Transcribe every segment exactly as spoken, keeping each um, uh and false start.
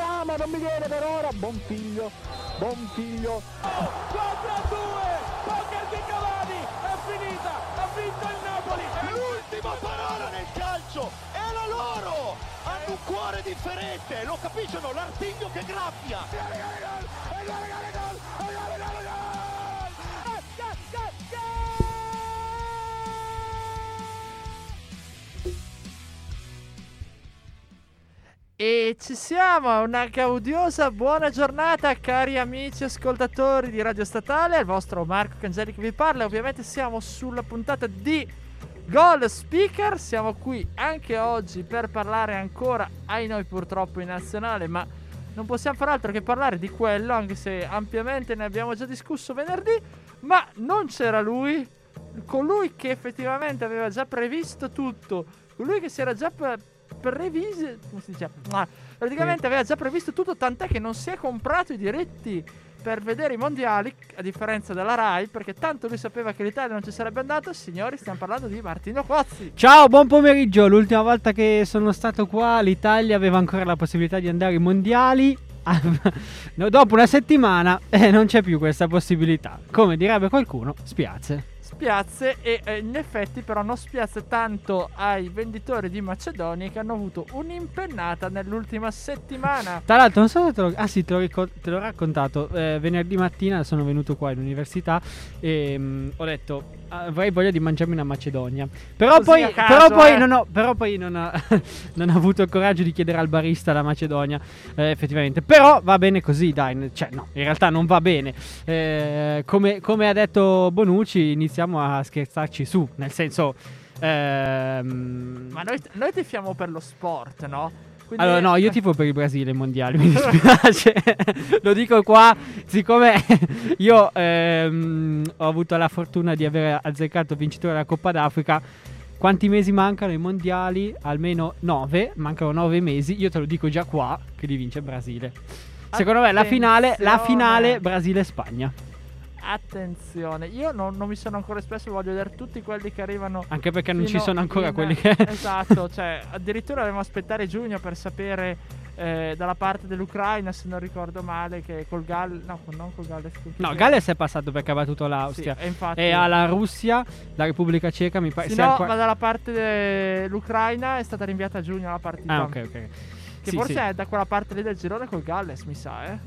chiama, non mi viene per ora. Buon figlio, buon figlio. quattro a due, poker di Cavani, è finita, ha vinto il Napoli. L'ultima parola nel calcio è la loro. Hanno un cuore differente, lo capiscono, l'artiglio che graffia. E ci siamo, una gaudiosa buona giornata cari amici ascoltatori di Radio Statale, il vostro Marco Cangeli che vi parla. Ovviamente siamo sulla puntata di Goal Speaker, siamo qui anche oggi per parlare ancora, ai noi purtroppo in nazionale, ma non possiamo far altro che parlare di quello, anche se ampiamente ne abbiamo già discusso venerdì. Ma non c'era lui, colui che effettivamente aveva già previsto tutto, colui che si era già pre- previsto, come si dice? Ah, praticamente aveva già previsto tutto, tant'è che non si è comprato i diritti per vedere i mondiali, a differenza della Rai, perché tanto lui sapeva che l'Italia non ci sarebbe andato. Signori, stiamo parlando di Martino Cozzi. Ciao, buon pomeriggio. L'ultima volta che sono stato qua l'Italia aveva ancora la possibilità di andare ai mondiali. No, dopo una settimana eh, non c'è più questa possibilità. Come direbbe qualcuno, spiazze. Spiazze e eh, in effetti però non spiazze tanto ai venditori di Macedonia, che hanno avuto un'impennata nell'ultima settimana. Tra l'altro non so se te lo, ah sì, te l'ho, ricor- te l'ho raccontato. eh, Venerdì mattina sono venuto qua in università e mh, ho detto avrei voglia di mangiarmi una Macedonia. Però Così poi, a caso, però poi eh. non ho, però poi non ho, non ho avuto il coraggio di chiedere al barista la Macedonia, eh, effettivamente. Però va bene così, dai. Cioè no, in realtà non va bene. Eh, come, come ha detto Bonucci, iniziamo a scherzarci su, nel senso ehm... Ma noi, noi tifiamo per lo sport, no? Quindi... Allora no, io tifo per il Brasile ai mondiali, mi dispiace. Lo dico qua, siccome io ehm, ho avuto la fortuna di aver azzeccato vincitore della Coppa d'Africa. Quanti mesi mancano ai mondiali? Almeno nove, mancano nove mesi. Io te lo dico già qua che li vince il Brasile. Secondo me la finale, la finale Brasile-Spagna. Attenzione, io non, non mi sono ancora espresso, voglio vedere tutti quelli che arrivano. Anche perché non ci sono ancora in, quelli che... Esatto, cioè addirittura dovremmo aspettare giugno per sapere eh, dalla parte dell'Ucraina, se non ricordo male, che col Galles... No, non col Galles. No, Galles è passato perché ha battuto l'Austria. Sì, e, infatti... e alla Russia, la Repubblica Ceca mi pare... Sì, sia no, qua... ma dalla parte dell'Ucraina è stata rinviata a giugno la partita. Ah, ok, ok. Che sì, forse sì. è da quella parte lì del girone col Galles, mi sa, eh.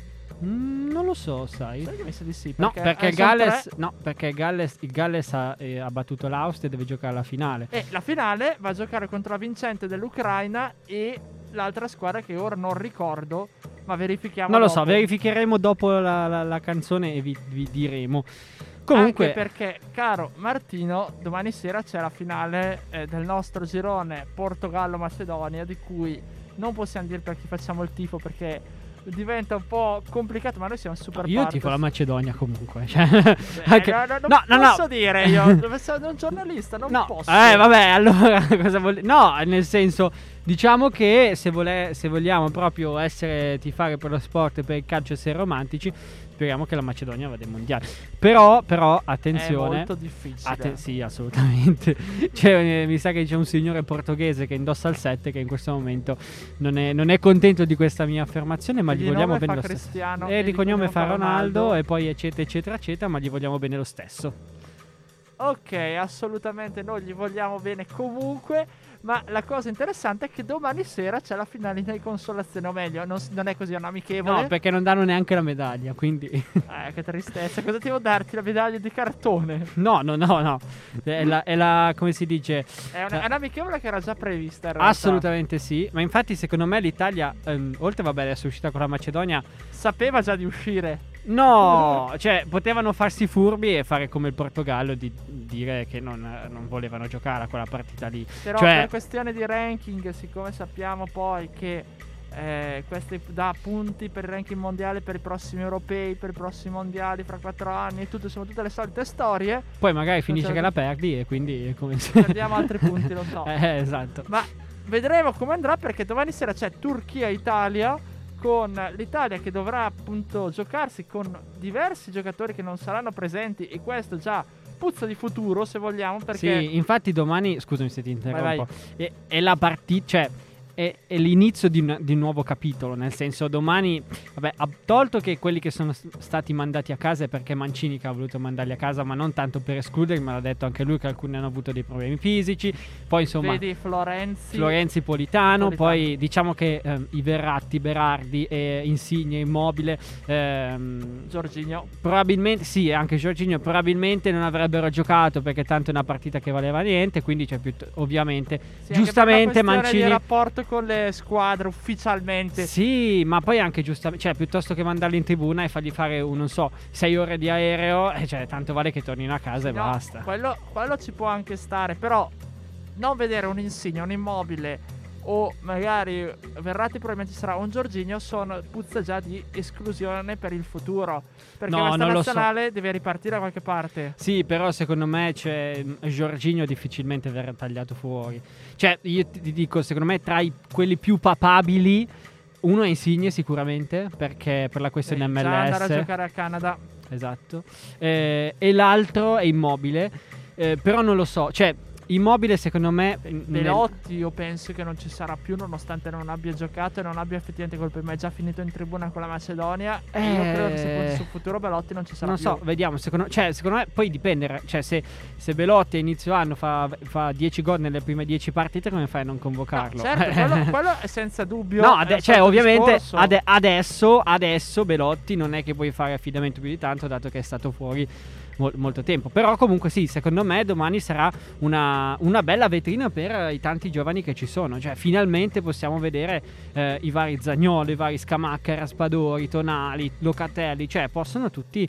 Mm, non lo so, sai. Sai che mi sa di sì, No, perché, perché eh, il sono Galles, tre. no, perché il Galles, il Galles ha, eh, ha battuto l'Austria e deve giocare la finale. E la finale va a giocare contro la vincente dell'Ucraina e l'altra squadra che ora non ricordo, ma verifichiamo. Non lo dopo. so, verificheremo dopo la, la, la canzone e vi, vi diremo. Comunque, Anche perché, caro Martino, domani sera c'è la finale eh, del nostro girone Portogallo-Macedonia, di cui non possiamo dire per chi facciamo il tifo perché diventa un po' complicato, ma noi siamo super io partos. tifo la Macedonia comunque. Cioè, Eh, anche... no, no, non no, no, posso no. dire io, dove sono un giornalista, non no. posso. Eh, vabbè, allora cosa vuol dire? No, nel senso, diciamo che se, vole- se vogliamo proprio essere tifare per lo sport e per il calcio, essere romantici, speriamo che la Macedonia vada ai mondiali. Però, però, attenzione. È molto difficile. Atten- sì, assolutamente. Cioè, eh, mi sa che c'è un signore portoghese che indossa il sette che in questo momento non è, non è contento di questa mia affermazione, ma E gli di vogliamo nome bene fa lo Cristiano stesso. E e di di cognome cognome fa fa Ronaldo, Ronaldo. e poi eccetera eccetera eccetera, ma gli vogliamo bene lo stesso. Ok, assolutamente noi gli vogliamo bene comunque, ma la cosa interessante è che domani sera c'è la finale di consolazione, o meglio, non, s- non è così, è un amichevole. No, perché non danno neanche la medaglia, quindi... Eh, che tristezza, cosa devo darti? La medaglia di cartone? No, no, no, no. È la, è la come si dice... È, una, Eh, è un'amichevole che era già prevista in realtà. Assolutamente sì. Ma infatti secondo me l'Italia, ehm, oltre vabbè adesso è uscita con la Macedonia, Sapeva già di uscire. no, cioè potevano farsi furbi e fare come il Portogallo di dire che non, non volevano giocare a quella partita lì. Però Cioè- per questione di ranking, siccome sappiamo poi che eh, questi dà punti per il ranking mondiale per i prossimi europei, per i prossimi mondiali fra quattro anni e tutto, sono tutte le solite storie. Poi magari finisce c'è- che la perdi e quindi è come se... Perdiamo altri punti, lo so. Eh, esatto. Ma vedremo come andrà, perché domani sera c'è Turchia-Italia, con l'Italia che dovrà appunto giocarsi con diversi giocatori che non saranno presenti, e questo già puzza di futuro, se vogliamo, perché Sì, infatti domani, scusami se ti interrompo, Vai, vai. È, è la partita, cioè è, è l'inizio di un, di un nuovo capitolo, nel senso domani, vabbè, ha tolto che quelli che sono s- stati mandati a casa è perché Mancini che ha voluto mandarli a casa, ma non tanto per escluderli, ma l'ha detto anche lui che alcuni hanno avuto dei problemi fisici, poi insomma Vedi Florenzi, Florenzi Politano, Politano. poi diciamo che ehm, i Verratti, Berardi, e Insigne, Immobile, ehm, Jorginho. probabilmente sì, e anche Jorginho probabilmente non avrebbero giocato perché tanto è una partita che valeva niente, quindi c'è più ovviamente Sì, giustamente anche per una questione Mancini di rapporto con le squadre ufficialmente. sì, ma poi anche giustamente, cioè piuttosto che mandarli in tribuna e fargli fare un, non so, sei ore di aereo, eh, cioè tanto vale che tornino a casa e No, basta. Quello, quello ci può anche stare, però non vedere un Insigne, un Immobile o magari Verratti probabilmente sarà un Jorginho, sono puzza già di esclusione per il futuro, perché No, questa non lo so. nazionale deve ripartire da qualche parte. Sì, però secondo me c'è Jorginho difficilmente verrà tagliato fuori. Cioè, io ti ti dico, secondo me tra i, quelli più papabili, uno è Insigne sicuramente, perché per la questione Eh, M già andare a L S. giocare a Canada. Esatto. Eh, e l'altro è Immobile. Eh, però non lo so, cioè Immobile secondo me nel- Belotti io penso che non ci sarà più, nonostante non abbia giocato e non abbia effettivamente colpi, ma è già finito in tribuna con la Macedonia. E io Eh, credo che se punti sul futuro Belotti non ci sarà non più. so, vediamo. Secondo, cioè, secondo me poi dipende. Cioè, se, se Belotti a inizio anno fa, fa dieci gol nelle prime dieci partite, come fai a non No, convocarlo? certo, quello, quello è senza dubbio. No, è ade- il cioè, solito ovviamente discorso. ade- adesso, adesso Belotti non è che puoi fare affidamento più di tanto, dato che è stato fuori mol- molto tempo. Però comunque sì, secondo me domani sarà una, una bella vetrina per eh, i tanti giovani che ci sono. Cioè, finalmente possiamo vedere eh, i vari Zaniolo, i vari Scamacca, Raspadori, Tonali, Locatelli. Cioè, possono tutti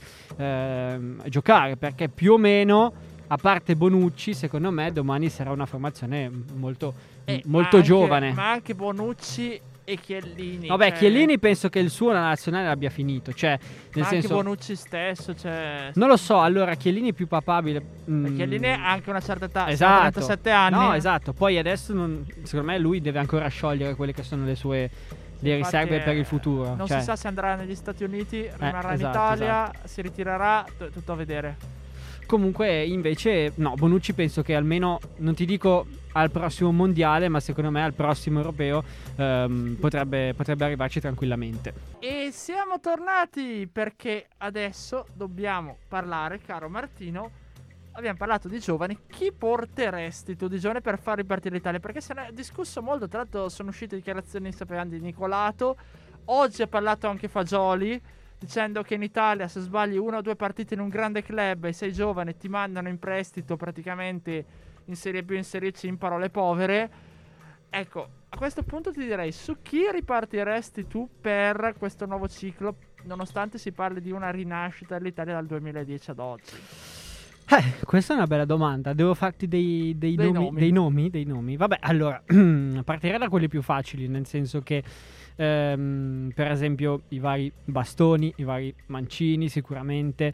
ehm, giocare, perché più o meno, a parte Bonucci, secondo me domani sarà una formazione molto, Eh, molto ma anche- giovane. Ma anche Bonucci e Chiellini. Vabbè, cioè, Chiellini penso che il suo alla nazionale l'abbia finito. Cioè, nel ma anche senso, Bonucci stesso. Cioè, non lo so. Allora, Chiellini è più papabile. mm, Chiellini ha anche una certa età. Esatto. trentasette anni. No, esatto. Poi adesso, non- secondo me, lui deve ancora sciogliere quelle che sono le sue le Infatti, riserve per il eh, futuro. Non Cioè, si sa se andrà negli Stati Uniti, rimarrà esatto, in Italia, si ritirerà, t- tutto a vedere. comunque, invece, no, Bonucci penso che almeno, non ti dico al prossimo mondiale, ma secondo me al prossimo europeo ehm, potrebbe, potrebbe arrivarci tranquillamente. E siamo tornati perché adesso dobbiamo parlare, caro Martino. Abbiamo parlato di giovani. Chi porteresti tu di giovane per far ripartire l'Italia? Perché se ne è discusso molto. Tra l'altro sono uscite dichiarazioni, sapevamo, di Nicolato. Oggi ha parlato anche Fagioli, dicendo che in Italia, se sbagli una o due partite in un grande club e sei giovane, ti mandano in prestito praticamente in Serie B o in Serie C, in parole povere. Ecco, a questo punto ti direi, su chi ripartiresti tu per questo nuovo ciclo, nonostante si parli di una rinascita dell'Italia dal duemiladieci ad oggi? Eh, questa è una bella domanda. Devo farti dei, dei, Dei nomi, nomi. dei nomi? Dei nomi. Vabbè, allora, partirei da quelli più facili, nel senso che, ehm, per esempio, i vari Bastoni, i vari Mancini, sicuramente.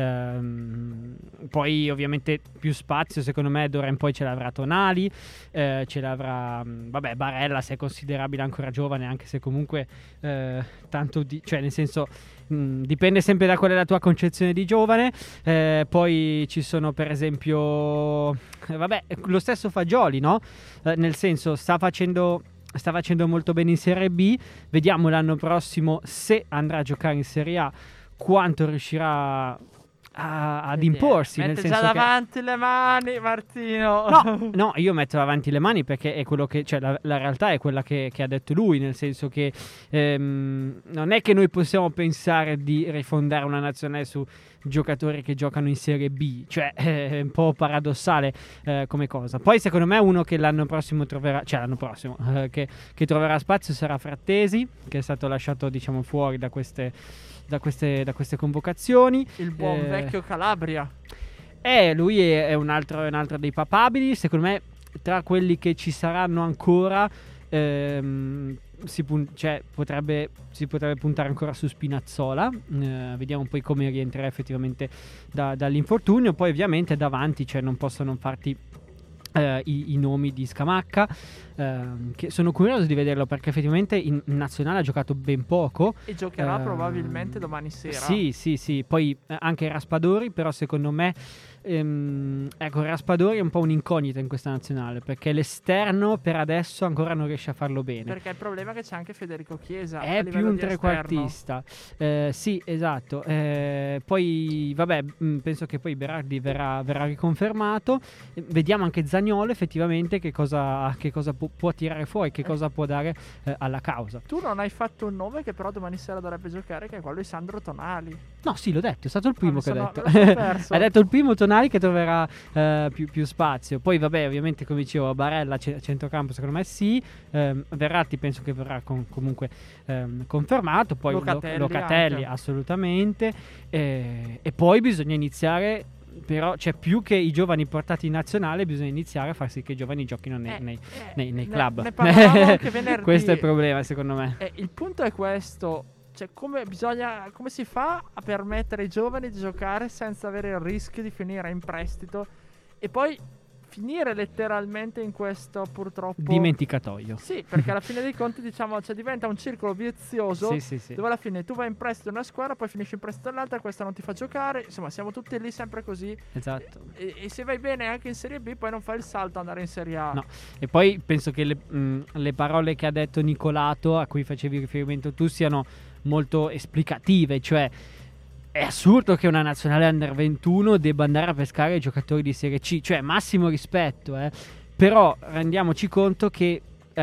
Ehm, poi, ovviamente, più spazio, secondo me, d'ora in poi ce l'avrà Tonali, eh, ce l'avrà, mh, vabbè, Barella, se è considerabile ancora giovane, anche se comunque, eh, tanto di, cioè, nel senso, mh, dipende sempre da qual è la tua concezione di giovane. Eh, poi ci sono, per esempio, eh, vabbè, lo stesso Fagioli, no? Eh, nel senso, sta facendo sta facendo molto bene in Serie B. Vediamo l'anno prossimo, se andrà a giocare in Serie A, quanto riuscirà a- ad Vedi, imporsi. Mette Nel senso già che davanti le mani, Martino. No, no, io metto davanti le mani perché è quello che, cioè, la, la realtà è quella che, che ha detto lui, nel senso che ehm, non è che noi possiamo pensare di rifondare una nazionale su giocatori che giocano in Serie B, cioè è un po' paradossale eh, come cosa. Poi secondo me uno che l'anno prossimo troverà, cioè l'anno prossimo, eh, che, che troverà spazio sarà Frattesi, che è stato lasciato, diciamo, fuori da queste, da queste, da queste convocazioni. Il buon Eh, vecchio Calabria. Eh, lui è, è un altro, è un altro dei papabili. Secondo me, tra quelli che ci saranno ancora, ehm, si, pun- cioè, potrebbe, si potrebbe puntare ancora su Spinazzola. Eh, vediamo poi come rientrerà effettivamente da- dall'infortunio. Poi, ovviamente, davanti, cioè, non posso non farti eh, i, i nomi di Scamacca. ehm, che sono curioso di vederlo perché effettivamente in in nazionale ha giocato ben poco. E giocherà Ehm, probabilmente domani sera. Sì, sì, sì. Poi eh, anche Raspadori, però secondo me ehm, ecco, Raspadori è un po' un'incognita in questa nazionale, perché l'esterno per adesso ancora non riesce a farlo bene. Perché il problema è che c'è anche Federico Chiesa. È più un trequartista. Eh, sì, esatto. Eh, poi, vabbè, mh, penso che poi Berardi verrà, verrà riconfermato. Eh, vediamo anche Zaniolo effettivamente che cosa, che cosa pu- può tirare fuori, che Eh. cosa può dare eh, alla causa. Tu non hai fatto un nome che però domani sera dovrebbe giocare, che è quello di Sandro Tonali. No, sì, l'ho detto, è stato il primo mi che sono- ho detto. me lo sono perso. Hai detto il primo Tonali che troverà eh, più, più spazio. Poi, vabbè, ovviamente, come dicevo, Barella a centrocampo, secondo me sì. Ehm, Verratti penso che verrà con- comunque ehm, confermato. Poi Lo- Locatelli Locatelli, anche. assolutamente. Eh, e poi bisogna iniziare. Però c'è più che i giovani portati in nazionale, bisogna iniziare a far sì che i giovani giochino nei, Eh, nei, eh, nei- nei ne- club. ne parlavamo anche venerdì. Questo è il problema, secondo me. Eh, il punto è questo. Cioè, come bisogna. Come si fa a permettere ai giovani di giocare senza avere il rischio di finire in prestito e poi finire letteralmente in questo purtroppo Dimenticatoio. Sì, perché alla fine dei conti, diciamo, cioè, diventa un circolo vizioso. Sì, sì, sì. Dove alla fine tu vai in prestito in una squadra, poi finisci in prestito nell'altra, questa non ti fa giocare. Insomma, siamo tutti lì sempre così. Esatto. E, e se vai bene anche in Serie B, poi non fai il salto ad andare in Serie A. No. E poi penso che le, mh, le parole che ha detto Nicolato, a cui facevi riferimento tu, siano molto esplicative. Cioè, è assurdo che una nazionale under ventuno debba andare a pescare i giocatori di Serie C. Cioè, massimo rispetto, eh. Però rendiamoci conto che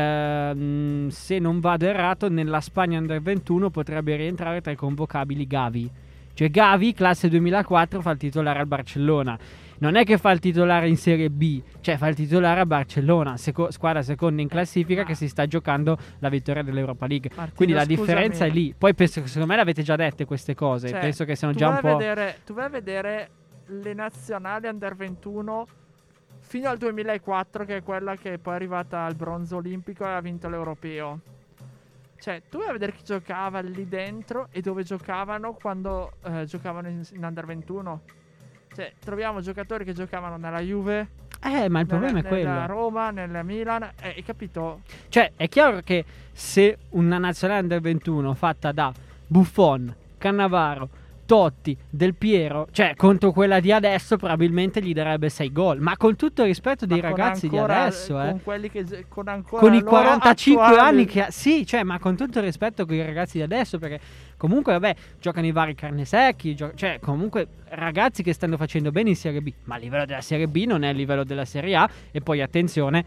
ehm, se non vado errato, nella Spagna under ventuno potrebbe rientrare tra i convocabili Gavi. Cioè Gavi, classe duemilaquattro, fa il titolare al Barcellona. Non è che fa il titolare in Serie B, cioè fa il titolare a Barcellona, seco- squadra seconda in classifica ma- che si sta giocando la vittoria dell'Europa League. Martino, Quindi la scusami. differenza è lì. Poi penso che secondo me l'avete già dette queste cose. Cioè, penso che siano tu già vai un a po'... vedere, tu vai a vedere le nazionali under ventuno fino al duemilaquattro, che è quella che è poi arrivata al bronzo olimpico e ha vinto l'europeo. Cioè, tu vai a vedere chi giocava lì dentro e dove giocavano quando eh, giocavano in, in under ventuno. Cioè, troviamo giocatori che giocavano nella Juve, Eh, ma il problema nella, è quello. nella Roma, nella Milan, eh, hai capito? Cioè, è chiaro che se una nazionale under ventuno fatta da Buffon, Cannavaro, Totti, Del Piero, cioè contro quella di adesso probabilmente gli darebbe sei gol. Ma con tutto il rispetto dei Ma con ragazzi ancora- di adesso, eh. con quelli che gi- con ancora Con i loro quarantacinque attuali. anni che ha, sì, cioè, ma con tutto il rispetto con i ragazzi di adesso, perché comunque, vabbè, giocano i vari Carnesecchi, gio- cioè, comunque ragazzi che stanno facendo bene in Serie B, ma a livello della Serie B non è a livello della Serie A. E poi attenzione,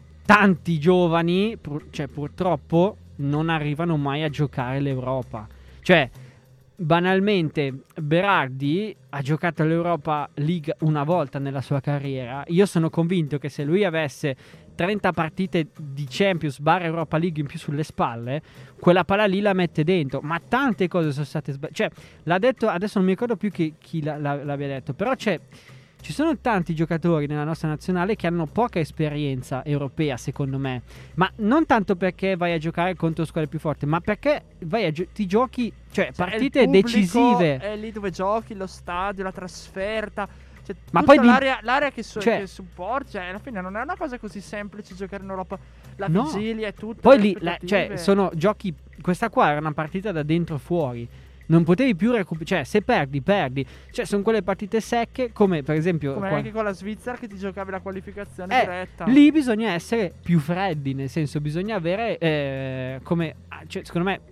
tanti giovani, pur- cioè, purtroppo non arrivano mai a giocare l'Europa. Cioè, banalmente, Berardi ha giocato l'Europa League una volta nella sua carriera. Io sono convinto che se lui avesse trenta partite di Champions barra Europa League in più sulle spalle, quella palla lì la mette dentro. Ma tante cose sono state sbagliate. Cioè, l'ha detto, adesso non mi ricordo più chi, chi la- la- l'abbia detto, però c'è... Ci sono tanti giocatori nella nostra nazionale che hanno poca esperienza europea, secondo me. Ma non tanto perché vai a giocare contro squadre più forti, ma perché vai a gio- ti giochi, cioè, Cioè, partite il pubblico decisive. È lì dove giochi, lo stadio, la trasferta. Cioè, Ma tutta poi di- l'area, l'area che, so- cioè- che supporta, cioè, alla fine non è una cosa così semplice giocare in Europa. La No. vigilia e tutto. Poi le lì, la- cioè, aspettative. sono giochi. Questa qua era una partita da dentro fuori. Non potevi più recuperare. Cioè, se perdi, perdi. Cioè, sono quelle partite secche, come per esempio. Come qua- anche con la Svizzera che ti giocavi la qualificazione Eh, diretta. lì bisogna essere più freddi, nel senso, bisogna avere eh, come. ah, Cioè, secondo me.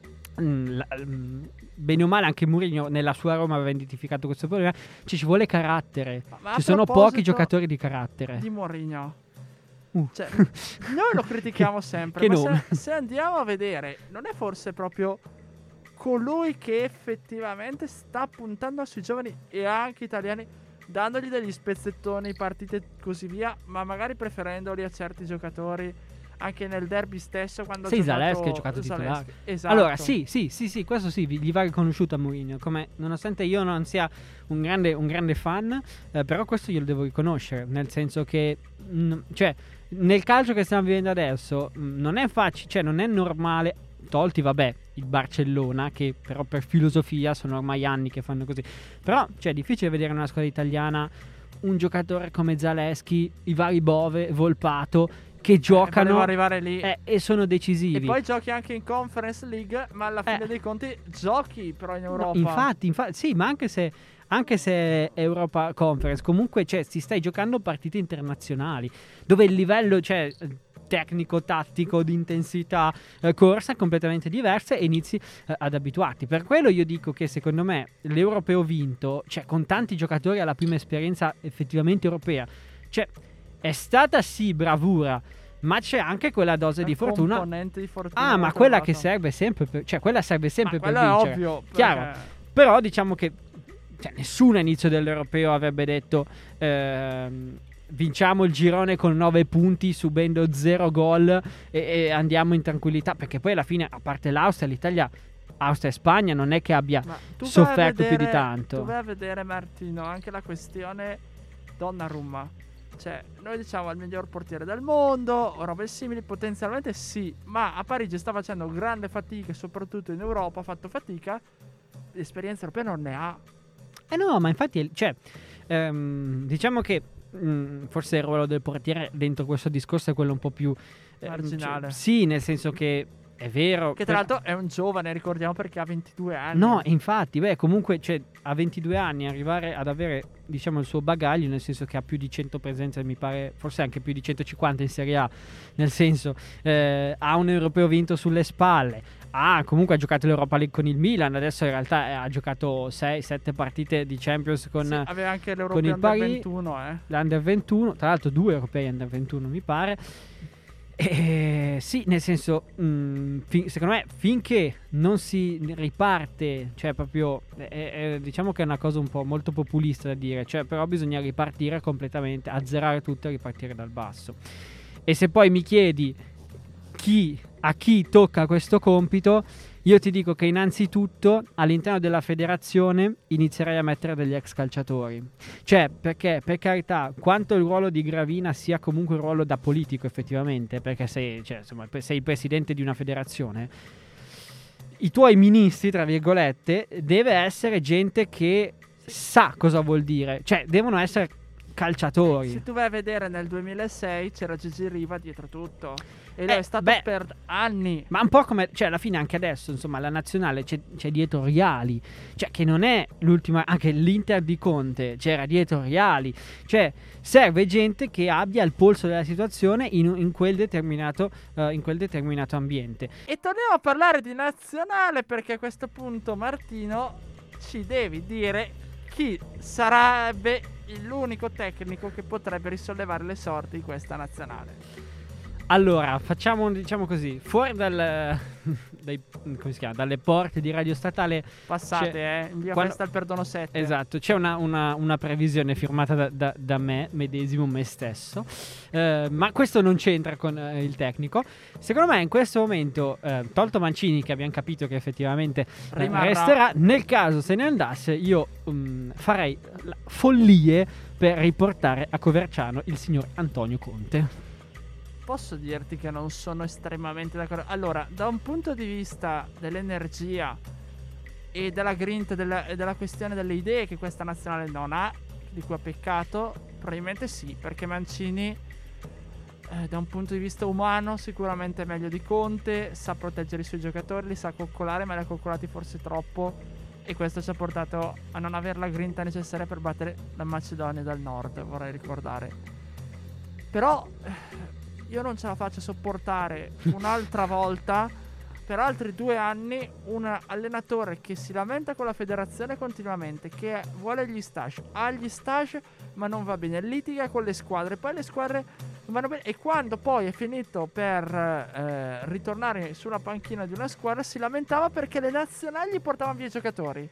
mm, la- mm, bene o male, anche Mourinho nella sua Roma aveva identificato questo problema. Cioè, ci vuole carattere. Ma- ma a Ci sono proposito pochi giocatori di carattere. Di Mourinho. Uh. Cioè, noi lo critichiamo Che- sempre. che ma nome. se, se andiamo a vedere, non è forse proprio colui che effettivamente sta puntando sui giovani e anche italiani, dandogli degli spezzettoni, partite e così via, ma magari preferendoli a certi giocatori anche nel derby stesso quando Sì, ha giocato Zalewski ha giocato Zalewski. titolare. Esatto. Allora, sì, sì, sì, sì, questo sì, vi- gli va riconosciuto a Mourinho. Come, nonostante io non sia un grande, un grande fan, eh, però questo glielo devo riconoscere. Nel senso che, mh, cioè, nel calcio che stiamo vivendo adesso, mh, non è facile, cioè, non è normale. Tolti, vabbè, il Barcellona, che però per filosofia sono ormai anni che fanno così. Però, cioè, è difficile vedere in una squadra italiana un giocatore come Zalewski, i vari Bove, Volpato, che giocano Volevo arrivare lì. eh, e sono decisivi. E poi giochi anche in Conference League, ma alla fine Eh. dei conti giochi però in No, Europa. infatti, infatti, sì, ma anche se anche se è Europa Conference, comunque cioè, si stai giocando partite internazionali dove il livello cioè, tecnico, tattico, di intensità, eh, corsa è completamente diversa e inizi eh, ad abituarti. Per quello io dico che secondo me l'europeo vinto, cioè con tanti giocatori alla prima esperienza effettivamente europea, cioè è stata sì bravura, ma c'è anche quella dose di fortuna. Componente di fortuna. Ah, ma quella che serve sempre per, cioè quella serve sempre ma per quello vincere. è ovvio. Chiaro. Perché... Però diciamo che cioè, nessuno all'inizio dell'europeo avrebbe detto ehm, vinciamo il girone con nove punti subendo zero gol e, e andiamo in tranquillità, perché poi alla fine, a parte l'Austria, l'Italia, Austria e Spagna non è che abbia sofferto vedere, più di tanto. Tu vai a vedere, Martino, anche la questione Donnarumma. Cioè, noi diciamo il miglior portiere del mondo o robe simili, potenzialmente sì, ma a Parigi sta facendo grande fatica, soprattutto in Europa ha fatto fatica, l'esperienza europea non ne ha. Eh no, ma infatti, cioè, ehm, diciamo che mh, forse il ruolo del portiere dentro questo discorso è quello un po' più eh, marginale. Cioè, sì, nel senso che è vero. Che tra per... l'altro è un giovane, ricordiamo, perché ha ventidue anni. No, infatti, beh, comunque, cioè, a ventidue anni arrivare ad avere, diciamo, il suo bagaglio, nel senso che ha più di cento presenze, mi pare, forse anche più di centocinquanta in Serie A, nel senso, eh, ha un europeo vinto sulle spalle, ha comunque ha giocato l'Europa League con il Milan, adesso in realtà eh, ha giocato sei sette partite di Champions con, sì, aveva anche con l'Europeo il Under Paris, ventuno, eh. l'Under ventuno, tra l'altro due europei Under ventuno mi pare. Eh, sì, nel senso, mh, fin- secondo me finché non si riparte, cioè proprio, è, è, diciamo che è una cosa un po' molto populista da dire, cioè però bisogna ripartire completamente, azzerare tutto e ripartire dal basso. E se poi mi chiedi chi, a chi tocca questo compito, io ti dico che innanzitutto all'interno della federazione inizierei a mettere degli ex calciatori. Cioè, perché, per carità, quanto il ruolo di Gravina sia comunque un ruolo da politico effettivamente, perché sei, cioè, insomma, sei il presidente di una federazione, i tuoi ministri, tra virgolette, deve essere gente che sa cosa vuol dire. Cioè, devono essere calciatori. Se tu vai a vedere nel duemilasei c'era Gigi Riva dietro tutto e lui Eh, è stato beh, per anni. Ma un po' come, cioè alla fine anche adesso, insomma, la nazionale c'è, c'è dietro Riali, cioè che non è l'ultima, anche l'Inter di Conte c'era dietro Riali, cioè serve gente che abbia il polso della situazione in, in quel determinato uh, in quel determinato ambiente. E torniamo a parlare di nazionale, perché a questo punto, Martino, ci devi dire chi sarebbe l'unico tecnico che potrebbe risollevare le sorti di questa nazionale. Allora, facciamo, diciamo così, fuori dal, dai, come si chiama, dalle porte di Radio Statale. Passate, eh, in via quando, Festa al Perdono sette. Esatto, c'è una, una, una previsione firmata da, da, da me, medesimo, me stesso, eh, ma questo non c'entra con eh, il tecnico. Secondo me in questo momento, eh, tolto Mancini, che abbiamo capito che effettivamente eh, resterà, nel caso se ne andasse, io um, farei follie per riportare a Coverciano il signor Antonio Conte. Posso dirti che non sono estremamente d'accordo. Allora, da un punto di vista dell'energia e della grinta della, e della questione delle idee che questa nazionale non ha, di cui ha peccato, probabilmente sì, perché Mancini eh, da un punto di vista umano sicuramente è meglio di Conte, sa proteggere i suoi giocatori, li sa coccolare, ma li ha coccolati forse troppo, e questo ci ha portato a non avere la grinta necessaria per battere la Macedonia del Nord, vorrei ricordare. Però io non ce la faccio sopportare un'altra volta per altri due anni un allenatore che si lamenta con la federazione continuamente, che vuole gli stage, ha gli stage ma non va bene, litiga con le squadre, poi le squadre non vanno bene, e quando poi è finito per eh, ritornare sulla panchina di una squadra si lamentava perché le nazionali gli portavano via i giocatori.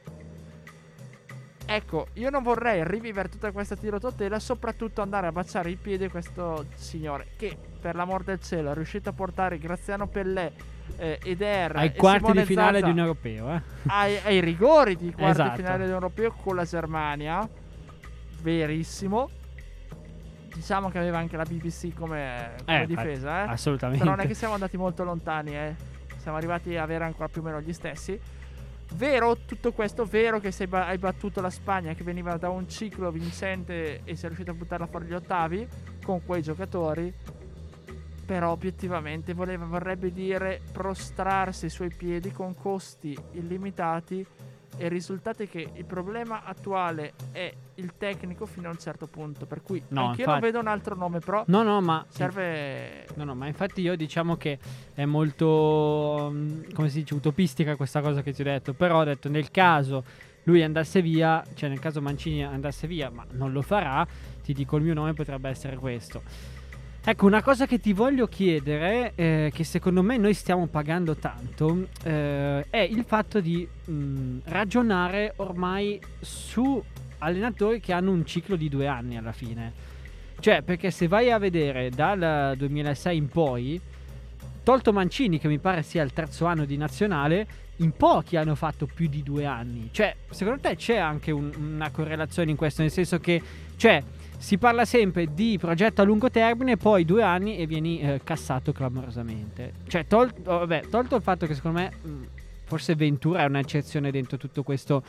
Ecco, io non vorrei rivivere tutta questa tirototela, soprattutto andare a baciare i piedi a questo signore che, per l'amor del cielo, è riuscito a portare Graziano Pellè, eh, Eder ai e quarti Simone di finale Zaza di un europeo, eh? ai, ai rigori di quarti Esatto. di finale di un europeo con la Germania. Verissimo. Diciamo che aveva anche la B B C come, come Eh, difesa, eh? Assolutamente. Però non è che siamo andati molto lontani, eh? Siamo arrivati a avere ancora più o meno gli stessi. Vero tutto questo, vero che sei ba- hai battuto la Spagna che veniva da un ciclo vincente e sei riuscito a buttarla fuori gli ottavi con quei giocatori, però obiettivamente voleva, vorrebbe dire prostrarsi ai suoi piedi con costi illimitati e il risultato è che il problema attuale è il tecnico fino a un certo punto, per cui No, anche io infatti- non vedo un altro nome, però No, no, ma serve... No, no, ma infatti io diciamo che è molto, mm, come si dice, utopistica questa cosa che ti ho detto. Però ho detto, nel caso lui andasse via, cioè nel caso Mancini andasse via, ma non lo farà, ti dico il mio nome potrebbe essere questo. Ecco, una cosa che ti voglio chiedere, eh, che secondo me noi stiamo pagando tanto, eh, è il fatto di mh, ragionare ormai su allenatori che hanno un ciclo di due anni alla fine. Cioè, perché se vai a vedere dal duemilasei in poi, tolto Mancini, che mi pare sia il terzo anno di nazionale, in pochi hanno fatto più di due anni. Cioè, secondo te c'è anche un- una correlazione in questo? Nel senso che, cioè, si parla sempre di progetto a lungo termine, poi due anni e vieni eh, cassato clamorosamente. Cioè, tol- oh, vabbè, tolto il fatto che secondo me mh, forse Ventura è un'eccezione dentro tutto questo,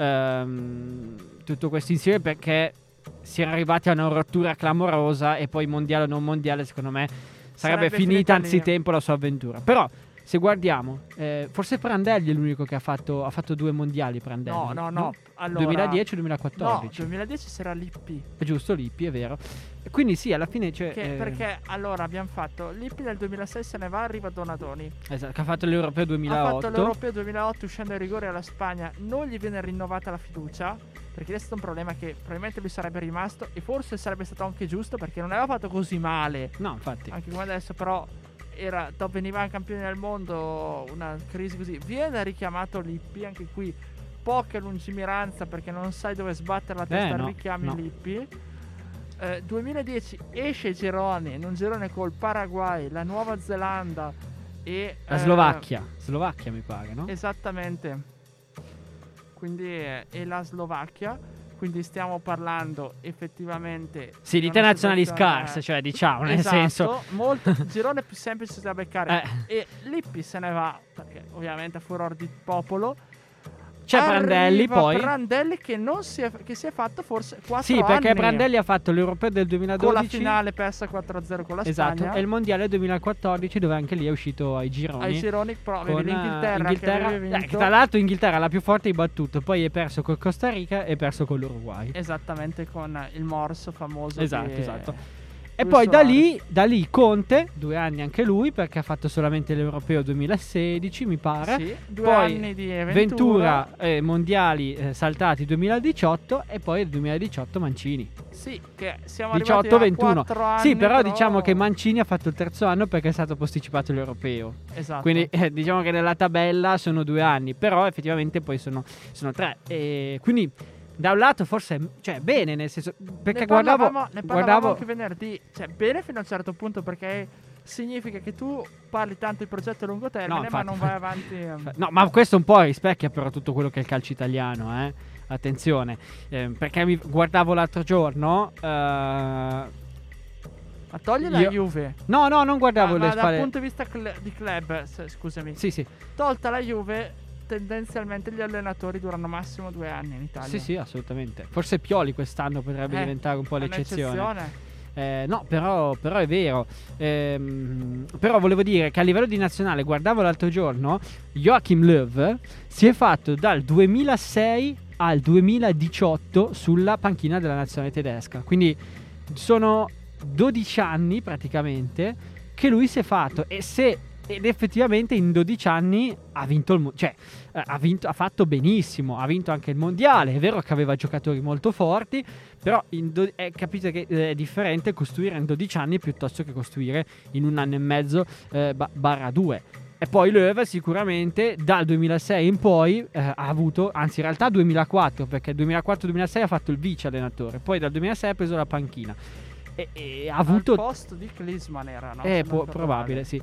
ehm, tutto questo insieme, perché si era arrivati a una rottura clamorosa e poi mondiale o non mondiale, secondo me sarebbe, Sarebbe finita finita lì. anzitempo la sua avventura. Però se guardiamo, eh, forse Prandelli è l'unico che ha fatto, ha fatto due mondiali. Prandelli, No, no, no. Allora, duemiladieci o no, duemilaquattordici? duemiladieci sarà l'I P. È giusto, Lippi, è vero. E quindi sì, alla fine cioè, Che- eh, Perché allora abbiamo fatto l'I P del duemilasei, se ne va, arriva Donadoni. esatto, che ha fatto l'Europeo Ha duemilaotto. fatto l'Europeo duemilaotto uscendo ai rigori alla Spagna, non gli viene rinnovata la fiducia, perché è stato un problema che probabilmente lui sarebbe rimasto e forse sarebbe stato anche giusto, perché non aveva fatto così male, No, infatti. anche come adesso, però era top, veniva campione del mondo, una crisi così. Viene richiamato l'I P, anche qui poca lungimiranza, perché non sai dove sbattere la testa, no, richiami no. l'I P. Eh, duemiladieci esce gironi, in un girone col Paraguay, la Nuova Zelanda e La eh, Slovacchia. Slovacchia mi pare, no? Esattamente. Quindi eh, e la Slovacchia. Quindi stiamo parlando effettivamente Sì, di una tre nazionali situazione- scarse, cioè diciamo, nel Esatto, senso. molto girone più semplice da beccare. Eh. E Lippi se ne va, perché ovviamente a furor di popolo. C'è Prandelli Arriva poi. Prandelli che non si è, che si è fatto forse quattro Sì, perché anni Prandelli ha fatto l'Europeo del con la duemiladodici. finale persa quattro a zero con la Esatto, Spagna. e il mondiale duemilaquattordici, dove anche lì è uscito ai gironi. ai gironi, però con avevi eh, l'Inghilterra, Inghilterra, che aveva eh, vinto. tra l'altro Inghilterra la più forte di battuto, poi è perso col Costa Rica e perso con l'Uruguay. Esattamente, con il morso famoso Esatto, di- esatto. E Luis poi da Suarez. lì, da lì Conte, due anni anche lui, perché ha fatto solamente l'Europeo duemilasedici, mi pare. Sì, due Poi anni di Ventura, Ventura, eh, mondiali eh, saltati duemiladiciotto e poi il duemiladiciotto Mancini. Sì, che siamo diciotto arrivati a ventuno. quattro anni. Sì, però, diciamo che Mancini ha fatto il terzo anno perché è stato posticipato l'Europeo. Esatto. Quindi eh, diciamo che nella tabella sono due anni, però effettivamente poi sono, sono tre. E quindi da un lato forse, cioè bene, nel senso, perché ne guardavo, parlavamo, ne parlavamo guardavo anche venerdì, cioè bene fino a un certo punto, perché significa che tu parli tanto di progetto a lungo termine, No, ma infatti. non vai avanti. ehm. No, ma questo un po' rispecchia però tutto quello che è il calcio italiano, eh. Attenzione, eh, perché mi guardavo l'altro giorno. eh, Ma togli la Io- Juve. No, no, non guardavo Ma- le ma dal spalle. punto di vista cl- di club, se- scusami. Sì, sì. Tolta la Juve, tendenzialmente gli allenatori durano massimo due anni in Italia. Sì, sì, assolutamente. Forse Pioli quest'anno potrebbe Eh, diventare un po' è l'eccezione. un'eccezione. Eh, no, però, però è vero. Ehm, però volevo dire che a livello di nazionale, guardavo l'altro giorno, Joachim Löw si è fatto dal duemilasei al duemiladiciotto sulla panchina della nazionale tedesca. Quindi sono dodici anni praticamente che lui si è fatto. E se ed effettivamente in dodici anni ha vinto il mo- cioè eh, ha vinto, ha fatto benissimo, ha vinto anche il mondiale. È vero che aveva giocatori molto forti, però in do- eh, capite che eh, è differente costruire in dodici anni piuttosto che costruire in un anno e mezzo eh, ba- barra due. E poi Löw sicuramente dal duemilasei in poi eh, ha avuto, anzi in realtà duemilaquattro, perché duemilaquattro duemilasei ha fatto il vice allenatore, poi dal duemilasei ha preso la panchina e, e ha avuto Al posto di Klinsmann era, no? eh, Se può- non ricordo probabile, male. sì.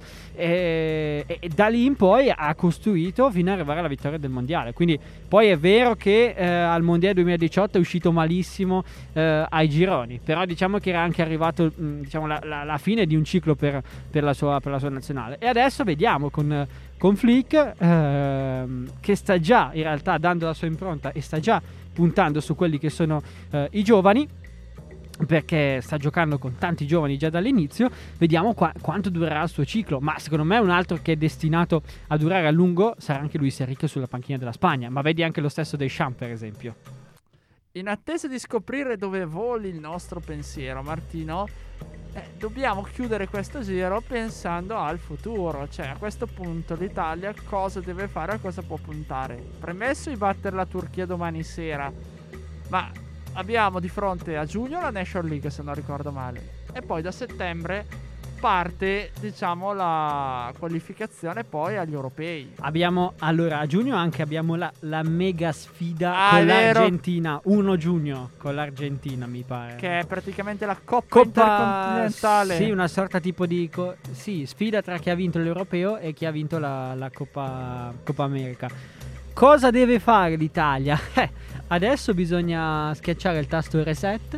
E, e- e da lì in poi ha costruito fino ad arrivare alla vittoria del mondiale. Quindi poi è vero che eh, al mondiale duemiladiciotto è uscito malissimo eh, ai gironi, però diciamo che era anche arrivato mh, diciamo, la, la- la fine di un ciclo per, per la sua, per la sua nazionale. E adesso vediamo con, con Flick ehm, che sta già in realtà dando la sua impronta e sta già puntando su quelli che sono eh, i giovani. perché sta giocando con tanti giovani già dall'inizio. Vediamo qua- quanto durerà il suo ciclo, ma secondo me un altro che è destinato a durare a lungo sarà anche Luis Enrique sulla panchina della Spagna, ma vedi anche lo stesso Deschamps per esempio. In attesa di scoprire dove voli il nostro pensiero, Martino, eh, dobbiamo chiudere questo giro pensando al futuro. Cioè, a questo punto l'Italia cosa deve fare, a cosa può puntare? Premesso di battere la Turchia domani sera, ma abbiamo di fronte a giugno la National League, se non ricordo male, e poi da settembre parte, diciamo, la qualificazione poi agli europei. Abbiamo, allora, a giugno anche abbiamo la, la mega sfida Ah, con vero. l'Argentina, primo giugno con l'Argentina mi pare. Che è praticamente la Coppa, Coppa Intercontinentale. Sì, una sorta tipo di co- sì, sfida tra chi ha vinto l'Europeo e chi ha vinto la, la Coppa, Coppa America. Cosa deve fare l'Italia? Eh, adesso bisogna schiacciare il tasto reset,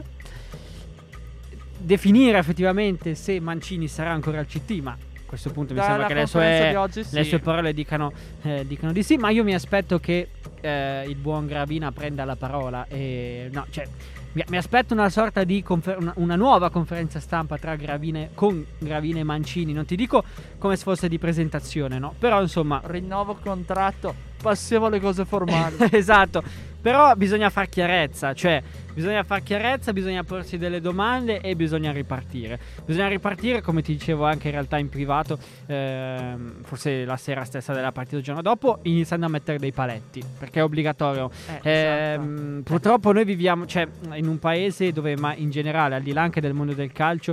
definire effettivamente se Mancini sarà ancora al C T, ma a questo punto mi Dalla sembra che le conferenza sue, di oggi sì. le sue parole dicano, eh, dicano di sì, ma io mi aspetto che eh, il buon Gravina prenda la parola e no, cioè mi, mi aspetto una sorta di confer- una, una nuova conferenza stampa tra Gravina con Gravina e Mancini, non ti dico come se fosse di presentazione, no? Però insomma, Rinnovo contratto, passiamo alle cose formali. esatto, però bisogna far chiarezza, cioè bisogna far chiarezza, bisogna porsi delle domande e bisogna ripartire. Bisogna ripartire, come ti dicevo anche in realtà in privato, ehm, forse la sera stessa della partita il giorno dopo, iniziando a mettere dei paletti, perché è obbligatorio. Eh, Ehm, esatto. Purtroppo noi viviamo, cioè, in un paese dove, ma in generale, al di là anche del mondo del calcio,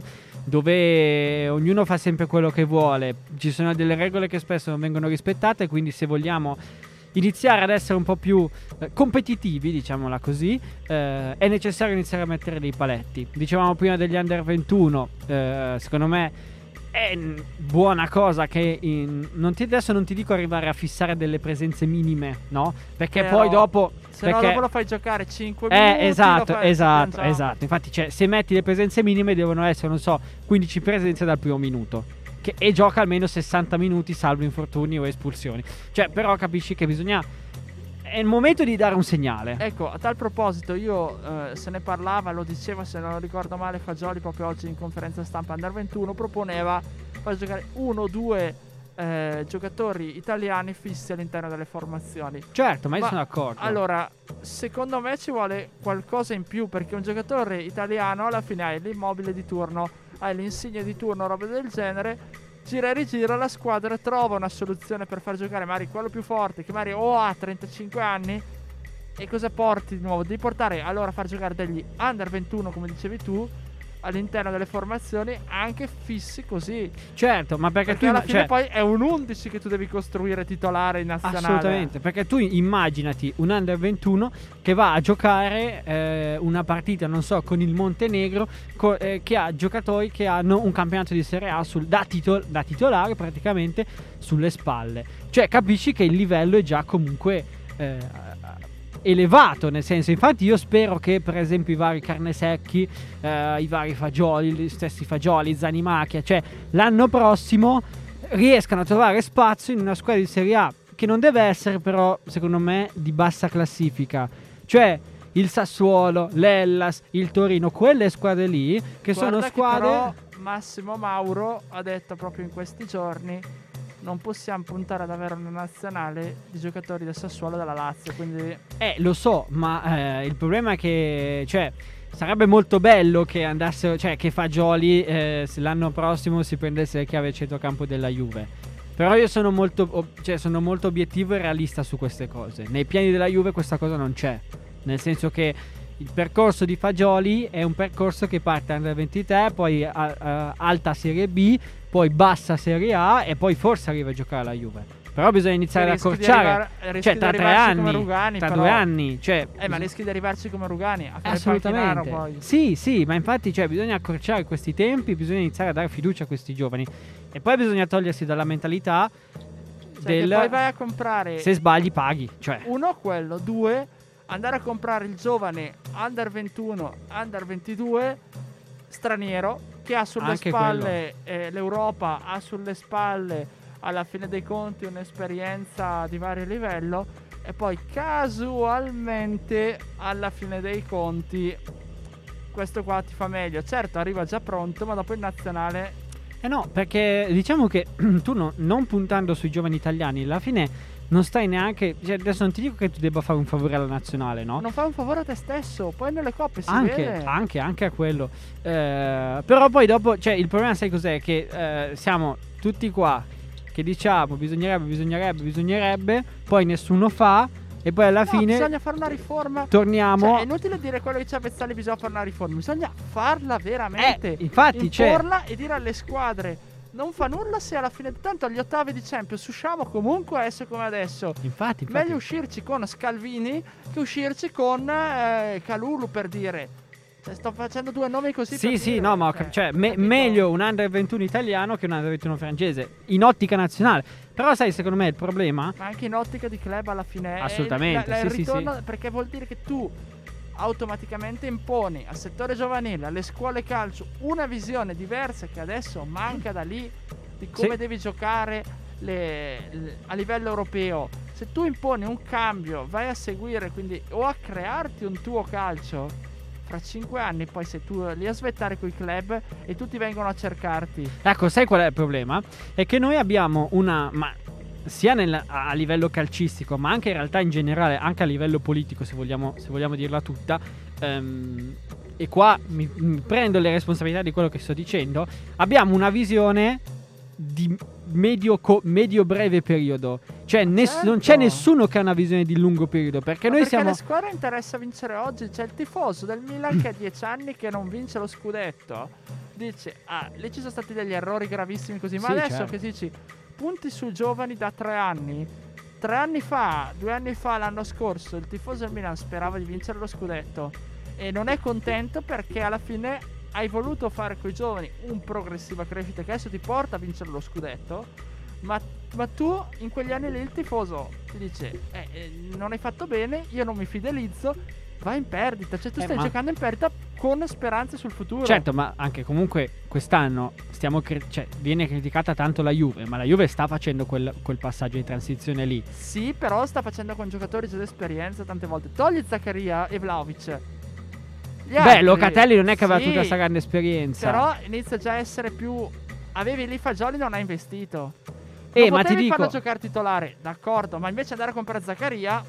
dove ognuno fa sempre quello che vuole, ci sono delle regole che spesso non vengono rispettate, quindi se vogliamo iniziare ad essere un po' più eh, competitivi, diciamola così, eh, è necessario iniziare a mettere dei paletti. Dicevamo prima degli under ventuno, eh, secondo me è n- buona cosa che in, non ti, adesso non ti dico arrivare a fissare delle presenze minime, no? Perché Però, poi dopo Se no perché- dopo lo fai giocare cinque minuti. eh, esatto, lo fai- esatto, facciamo. esatto. Infatti, cioè, se metti le presenze minime devono essere, non so, quindici presenze dal primo minuto. Che, e gioca almeno sessanta minuti, salvo infortuni o espulsioni. Cioè, però capisci che bisogna. È il momento di dare un segnale. Ecco, a tal proposito, io eh, se ne parlava, lo diceva, se non ricordo male, Fagioli proprio oggi in conferenza stampa under ventuno, proponeva far giocare uno o due eh, giocatori italiani fissi all'interno delle formazioni. Certo, ma io Ma- sono d'accordo. Allora, secondo me ci vuole qualcosa in più, perché un giocatore italiano alla fine hai l'immobile di turno, hai l'insigne di turno, roba del genere. Gira e rigira, la squadra trova una soluzione per far giocare magari quello più forte, che magari o ha trentacinque anni. E cosa porti di nuovo? Devi portare allora a far giocare degli under ventuno, come dicevi tu, all'interno delle formazioni, anche fissi così. Certo, ma perché, Perché tu alla imma- fine cioè, poi è un undici che tu devi costruire titolare in nazionale. assolutamente, perché tu immaginati un under ventuno che va a giocare eh, una partita, non so, con il Montenegro, co- eh, che ha giocatori che hanno un campionato di Serie A sul- da, titol- da titolare praticamente sulle spalle. Cioè, capisci che il livello è già comunque eh, elevato, nel senso, infatti io spero che per esempio i vari Carnesecchi, eh, i vari Fagioli, gli stessi Fagioli, Zanimacchia, cioè l'anno prossimo riescano a trovare spazio in una squadra di Serie A che non deve essere però, secondo me, di bassa classifica. Cioè il Sassuolo, l'Hellas, il Torino, quelle squadre lì che Guarda sono che squadre però Massimo Mauro ha detto proprio in questi giorni: non possiamo puntare ad avere una nazionale di giocatori del Sassuolo e della Lazio, quindi Eh, lo so, ma eh, il problema è che, cioè, sarebbe molto bello che andassero, cioè, che Fagioli eh, se l'anno prossimo si prendesse le chiavi al centrocampo della Juve. Però io sono molto, ob- cioè, sono molto obiettivo e realista su queste cose. Nei piani della Juve questa cosa non c'è. Nel senso che il percorso di Fagioli è un percorso che parte under ventitré, poi a- a- alta Serie B, poi bassa Serie A e poi forse arriva a giocare alla Juve. Però bisogna iniziare ad rischi di accorciare. arrivare- rischi Cioè di tra tre arrivarci come anni, Rugani, tra però. due anni, cioè Eh, ma rischi di arrivarci come Rugani a fare il assolutamente. panchinaro poi. Sì, sì, ma infatti, cioè, bisogna accorciare questi tempi, bisogna iniziare a dare fiducia a questi giovani. E poi bisogna togliersi dalla mentalità Cioè, che del poi vai a comprare se sbagli paghi, cioè. uno quello, due andare a comprare il giovane under ventuno, under ventidue straniero che ha sulle Anche spalle eh, l'Europa, ha sulle spalle alla fine dei conti un'esperienza di vario livello e poi casualmente alla fine dei conti questo qua ti fa meglio. Certo, arriva già pronto, ma dopo in nazionale... Eh no, perché diciamo che tu no, non puntando sui giovani italiani, alla fine non stai neanche... Cioè, adesso non ti dico che tu debba fare un favore alla nazionale, no? Non fai un favore a te stesso, poi nelle coppe si Anche, vede. anche, anche a quello. Eh, però poi dopo, cioè, il problema sai cos'è? Che eh, siamo tutti qua che diciamo bisognerebbe, bisognerebbe, bisognerebbe, poi nessuno fa e poi alla No, fine bisogna fare una riforma. torniamo. Cioè, è inutile dire quello che c'è a Vezzali, bisogna fare una riforma. Bisogna farla veramente. Eh, infatti, c'è- imporla e dire alle squadre: non fa nulla se alla fine, tanto agli ottavi di Champions usciamo comunque adesso come adesso. Infatti, infatti. Meglio uscirci con Scalvini che uscirci con eh, Kalulu, per dire. Cioè, sto facendo due nomi così. Sì, per sì, dire, no, ma ho cioè, cap- cioè, me- capito? meglio un under ventuno italiano che un under ventuno francese in ottica nazionale. Però sai, secondo me il problema Ma anche in ottica di club alla fine. è Assolutamente, il- la- il sì, sì, ritorno, perché vuol dire che tu automaticamente imponi al settore giovanile, alle scuole calcio, una visione diversa che adesso manca da lì, di come Sì. devi giocare le- le- a livello europeo. Se tu imponi un cambio, vai a seguire, quindi o a crearti un tuo calcio. Fra cinque anni poi sei tu lì a svettare coi club e tutti vengono a cercarti. Ecco, sai qual è il problema? È che noi abbiamo una... Ma sia nel- a a livello calcistico, ma anche in realtà in generale, anche a livello politico, se vogliamo, se vogliamo dirla tutta. ehm, e qua mi, mi prendo le responsabilità di quello che sto dicendo. Abbiamo una visione di medio, co- medio-breve periodo. Cioè ness- certo. non c'è nessuno che ha una visione di lungo periodo. Perché Ma noi perché siamo... alle squadre interessa vincere oggi. C'è il tifoso del Milan che ha dieci anni che non vince lo scudetto. Dice, ah, lì ci sono stati degli errori gravissimi così. Ma Sì, adesso certo. che dici, punti sui giovani da tre anni. Tre anni fa, due anni fa, l'anno scorso, il tifoso del Milan sperava di vincere lo scudetto. E non è contento perché alla fine hai voluto fare coi giovani un progressiva crescita che adesso ti porta a vincere lo scudetto. Ma, ma tu in quegli anni lì il tifoso ti dice eh, eh, non hai fatto bene, io non mi fidelizzo, vai in perdita. Cioè tu Eh, stai ma- giocando in perdita con speranze sul futuro. Certo, ma anche comunque quest'anno stiamo cri- cioè, viene criticata tanto la Juve, ma la Juve sta facendo quel, quel passaggio di transizione lì. Sì, però sta facendo con giocatori già d'esperienza tante volte. Togli Zaccaria e Vlahovic. Gli Beh, altri, Locatelli non è che aveva sì, tutta questa grande esperienza. però inizia già a essere più... Avevi lì Fagioli, non hai investito. Eh, Non ma ti potevi dico, farlo giocare titolare, d'accordo, ma invece andare a comprare Zaccaria...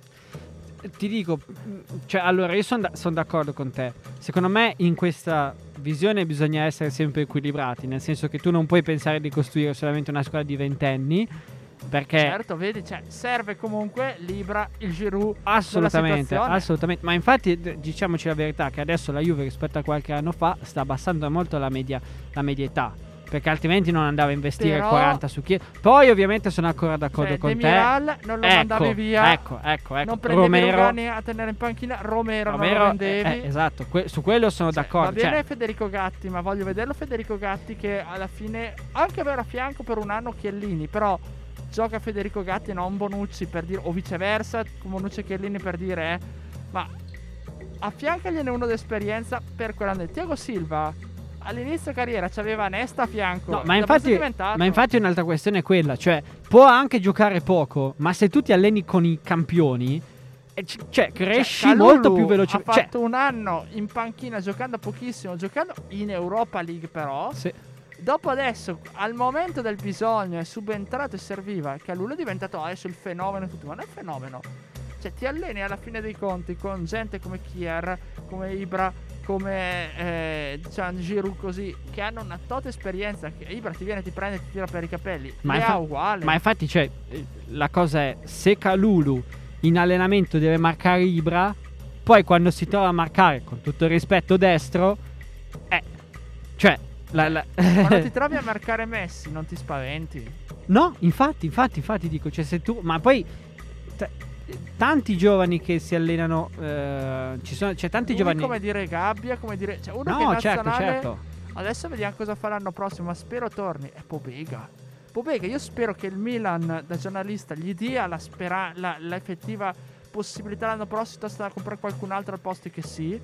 ti dico, cioè, allora io sono son d'accordo con te. Secondo me in questa visione bisogna essere sempre equilibrati, nel senso che tu non puoi pensare di costruire solamente una squadra di ventenni, perché Certo, vedi, cioè, serve comunque Libra, il Giroud. assolutamente, della situazione. assolutamente. Ma infatti d- diciamoci la verità che adesso la Juve rispetto a qualche anno fa sta abbassando molto la media, la media età, perché altrimenti non andava a investire Però- quaranta su chi. Poi ovviamente sono ancora d'accordo Cioè, con te. Demiral non lo Ecco, mandavi via. Ecco, ecco, ecco. Non prendevi Romero, Rugani a tenere in panchina. Romero, non lo Romero, vendevi. eh, esatto, que- su quello sono Cioè, d'accordo. Va bene cioè, Federico Gatti, ma voglio vederlo Federico Gatti che alla fine anche avere a fianco per un anno Chiellini, però gioca Federico Gatti e non Bonucci, per dire, o viceversa, Bonucci e Chiellini, per dire, eh. Ma affiancagliene uno d'esperienza per quell'anno. Tiago Silva all'inizio carriera c'aveva Nesta a fianco. no, ma dopo è infatti, diventato. ma infatti un'altra questione è quella, cioè può anche giocare poco, ma se tu ti alleni con i campioni, eh, c- cioè cresci Cioè, molto Kalulu più ha velocemente. Cioè, fatto un anno in panchina giocando pochissimo, giocando in Europa League però. sì. Dopo adesso, al momento del bisogno, è subentrato e serviva. Kalulu è diventato adesso il fenomeno tutto. Ma non è un fenomeno. Cioè ti alleni alla fine dei conti con gente come Kier, come Ibra, come eh, diciamo Giroud, così, che hanno una tota esperienza. Che Ibra ti viene, ti prende e ti tira per i capelli. Ma Ma infa- è uguale. Ma infatti, cioè, eh, la cosa è, se Kalulu in allenamento deve marcare Ibra, poi quando si trova a marcare, con tutto il rispetto, destro, eh, cioè, la, la- Quando ti trovi a marcare Messi, non ti spaventi. no, infatti, infatti, infatti dico, cioè se tu, ma poi t- tanti giovani che si allenano, eh, ci sono, c'è tanti Lui, giovani. come dire Gabbia, come dire, cioè uno che No, in certo, nazionale, certo. adesso vediamo cosa farà l'anno prossimo, ma spero torni. È Pobega. Pobega, io spero che il Milan da giornalista gli dia la spera- la, l'effettiva possibilità l'anno prossimo sta a comprare qualcun altro al posto che sì,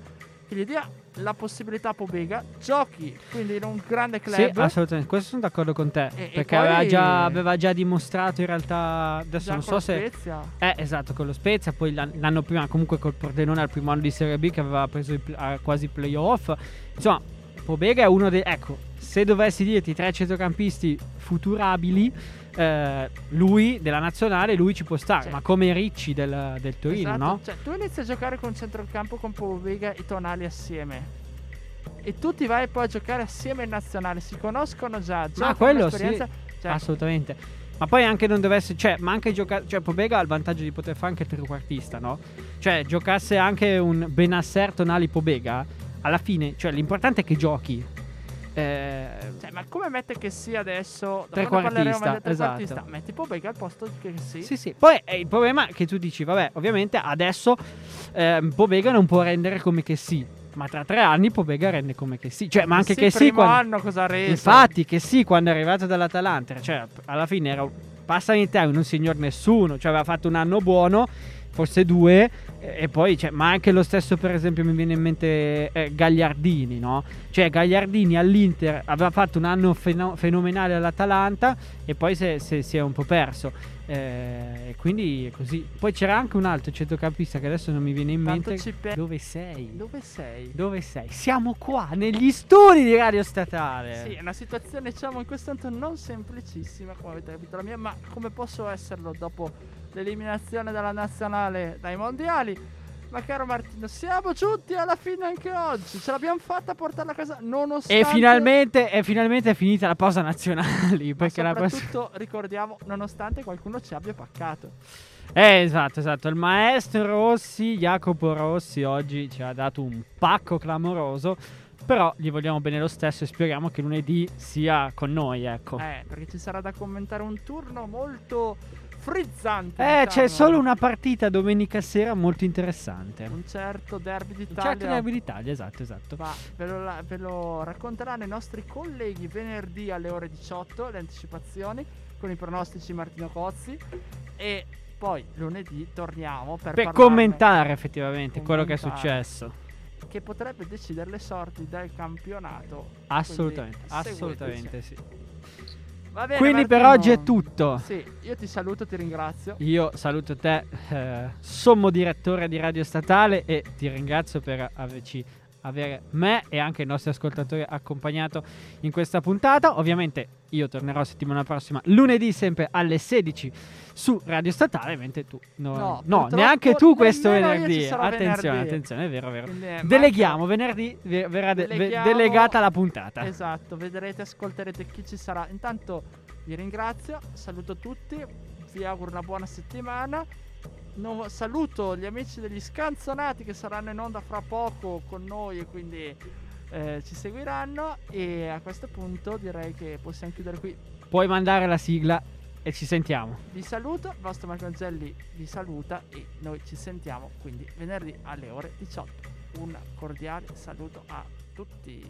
che gli dia la possibilità a Pobega, giochi quindi in un grande club. Sì, assolutamente, questo sono d'accordo con te, E- e perché poi- aveva, già, aveva già dimostrato in realtà, adesso Già non con so se... Spezia. Eh, esatto, con lo Spezia, poi l'an- l'anno prima comunque col Pordenone al primo anno di Serie B che aveva preso i pl- a quasi playoff. Insomma, Pobega è uno dei... Ecco, se dovessi dirti tre centrocampisti futurabili, eh, lui della nazionale, lui ci può stare, Sì. ma come Ricci del, del Torino, Esatto, no? cioè tu inizi a giocare con un centrocampo con Pobega e Tonali assieme e tu ti vai poi a giocare assieme in nazionale, si conoscono già, già Ma con quello l'esperienza, sì, cioè, assolutamente. Ma poi anche non dovesse, cioè, ma anche giocare, cioè Pobega ha il vantaggio di poter fare anche il trequartista, no? Cioè, giocasse anche un Benasser Tonali Pobega, alla fine, cioè l'importante è che giochi. Eh, cioè, ma come mette che sia adesso? Da Trequartista, quando parleremo del trequartista, esatto. metti Pobega al posto che sì. Sì, sì. Poi eh, il problema è che tu dici, vabbè, ovviamente adesso ehm, Pobega non può rendere come che sì, ma tra tre anni Pobega rende come che sì. Cioè, ma anche Sì, che sì primo quando... anno cosa ha reso? Infatti, che sì, quando è arrivato dall'Atalanta, cioè, alla fine era, passami in termini, un signor nessuno, cioè aveva fatto un anno buono, forse due, e, e poi, cioè, ma anche lo stesso, per esempio, mi viene in mente eh, Gagliardini, no? Cioè, Gagliardini all'Inter aveva fatto un anno feno- fenomenale all'Atalanta e poi si è- si- si è un po' perso. Eh, e quindi è così. Poi c'era anche un altro centrocampista che adesso non mi viene in Tanto mente. ci pe- Dove sei? Dove sei? Dove sei? Siamo qua, negli studi di Radio Statale. Sì, è una situazione, diciamo, in questo momento non semplicissima, come avete capito la mia, ma come posso esserlo dopo l'eliminazione dalla nazionale dai mondiali? Ma caro Martino, siamo giunti alla fine anche oggi. Ce l'abbiamo fatta a portarla a casa nonostante... E finalmente, e finalmente è finita la pausa nazionali. Ma Perché la prossima... soprattutto ricordiamo, nonostante qualcuno ci abbia paccato. Eh, esatto, esatto. Il maestro Rossi, Jacopo Rossi, oggi ci ha dato un pacco clamoroso. Però gli vogliamo bene lo stesso e speriamo che lunedì sia con noi, ecco. Eh, perché ci sarà da commentare un turno molto frizzante. Eh, c'è diciamo. solo una partita domenica sera molto interessante. Un certo derby Un d'Italia. certo derby d'Italia, esatto, esatto. Ma ve lo, la- ve lo racconteranno i nostri colleghi venerdì alle ore diciotto, le anticipazioni con i pronostici Martino Cozzi, e poi lunedì torniamo per, Per parlarne, commentare effettivamente quello che è Commentare. successo. che potrebbe decidere le sorti del campionato. Assolutamente, Quindi assolutamente seguiteci. sì. Va bene, Quindi per Martino. oggi è tutto. Sì, io ti saluto, ti ringrazio. Io saluto te, eh, sommo direttore di Radio Statale, e ti ringrazio per averci avere me e anche i nostri ascoltatori accompagnato in questa puntata. Ovviamente io tornerò settimana prossima lunedì sempre alle sedici su Radio Statale, mentre tu no, No, no, purtroppo neanche tu questo nemmeno io venerdì. ci sarò Attenzione, venerdì. attenzione, è vero, è vero. Quindi, eh, Deleghiamo, manca- venerdì ve- verrà de- ve- Deleghiamo- delegata la puntata. Esatto, vedrete, ascolterete chi ci sarà. Intanto vi ringrazio, saluto tutti, vi auguro una buona settimana. No- saluto gli amici degli Scanzonati che saranno in onda fra poco con noi e quindi eh, ci seguiranno. E a questo punto direi che possiamo chiudere qui. Puoi mandare la sigla e ci sentiamo. Vi saluto, il vostro Marco Angelli vi saluta e noi ci sentiamo quindi venerdì alle ore diciotto. Un cordiale saluto a tutti.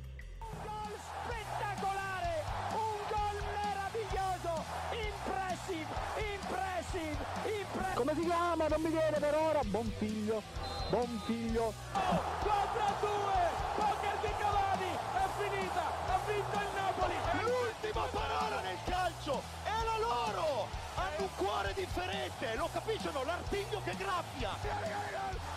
Gol spettacolare, un gol meraviglioso, impressive, impressive, impressive. Come si chiama? Non mi viene per ora. Buon figlio, buon figlio. quattro a due, poker di Cavani, è finita, ha vinto il Napoli. L'ultima parola nel calcio è la loro! Hanno un cuore differente, lo capiscono? L'artiglio che graffia!